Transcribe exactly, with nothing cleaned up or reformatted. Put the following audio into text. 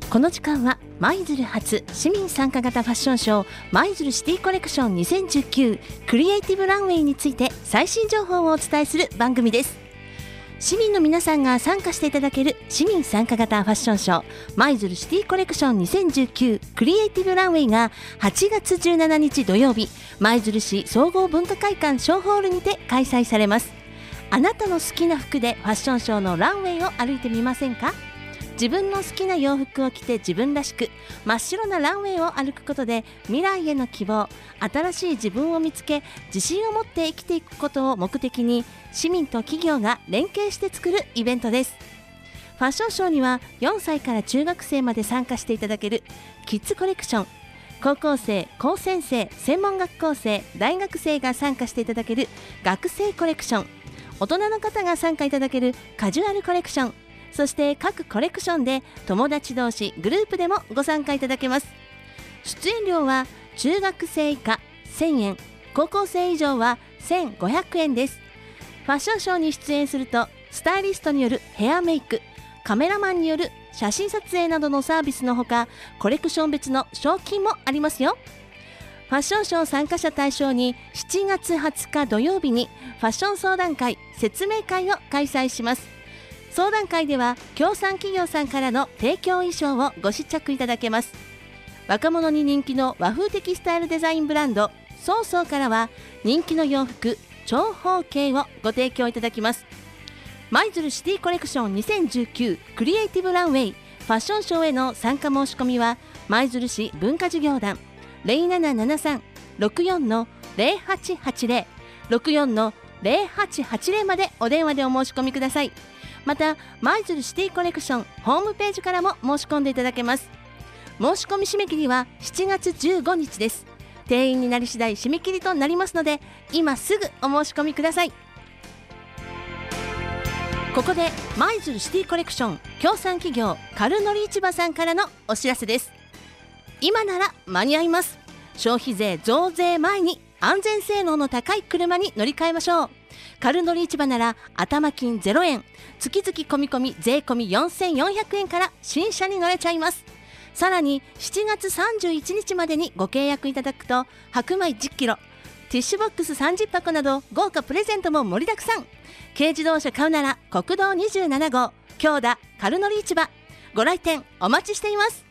この時間は舞鶴初市民参加型ファッションショー舞鶴シティコレクションにせんじゅうきゅうクリエイティブランウェイについて最新情報をお伝えする番組です。市民の皆さんが参加していただける市民参加型ファッションショー舞鶴シティコレクションにせんじゅうきゅうクリエイティブランウェイがはちがつじゅうしちにち土曜日、舞鶴市総合文化会館小ホールにて開催されます。あなたの好きな服でファッションショーのランウェイを歩いてみませんか？自分の好きな洋服を着て自分らしく真っ白なランウェイを歩くことで未来への希望、新しい自分を見つけ自信を持って生きていくことを目的に市民と企業が連携して作るイベントです。ファッションショーにはよんさいから中学生まで参加していただけるキッズコレクション、高校生、高専生、専門学校生、大学生が参加していただける学生コレクション、大人の方が参加いただけるカジュアルコレクション、そして各コレクションで友達同士グループでもご参加いただけます。出演料は中学生以下せんえん、高校生以上はせんごひゃくえんです。ファッションショーに出演するとスタイリストによるヘアメイク、カメラマンによる写真撮影などのサービスのほか、コレクション別の賞金もありますよ。ファッションショー参加者対象にしちがつはつか土曜日にファッション相談会説明会を開催します。相談会では協賛企業さんからの提供衣装をご試着いただけます。若者に人気の和風的スタイルデザインブランドソーソーからは人気の洋服長方形をご提供いただきます。舞鶴シティコレクションにせんじゅうきゅうクリエイティブランウェイファッションショーへの参加申し込みは舞鶴市文化事業団 ゼロななななさん ろくよん ゼロはちはちゼロ ろくよん ゼロはちはちゼロまでお電話でお申し込みください。また舞鶴シティコレクションホームページからも申し込んでいただけます。申し込み締め切りはしちがつじゅうごにちです。定員になり次第締め切りとなりますので今すぐお申し込みください。ここで舞鶴シティコレクション協賛企業カルノリ市場さんからのお知らせです。今なら間に合います。消費税増税前に安全性能の高い車に乗り換えましょう。カルノリ市場なら頭金ゼロえん、月々込み込み税込みよんせんよんひゃくえんから新車に乗れちゃいます。さらにしちがつさんじゅういちにちまでにご契約いただくと白米じゅっキロ、ティッシュボックスさんじゅっぱこなど豪華プレゼントも盛りだくさん。軽自動車買うなら国道にじゅうななごう京田カルノリ市場、ご来店お待ちしています。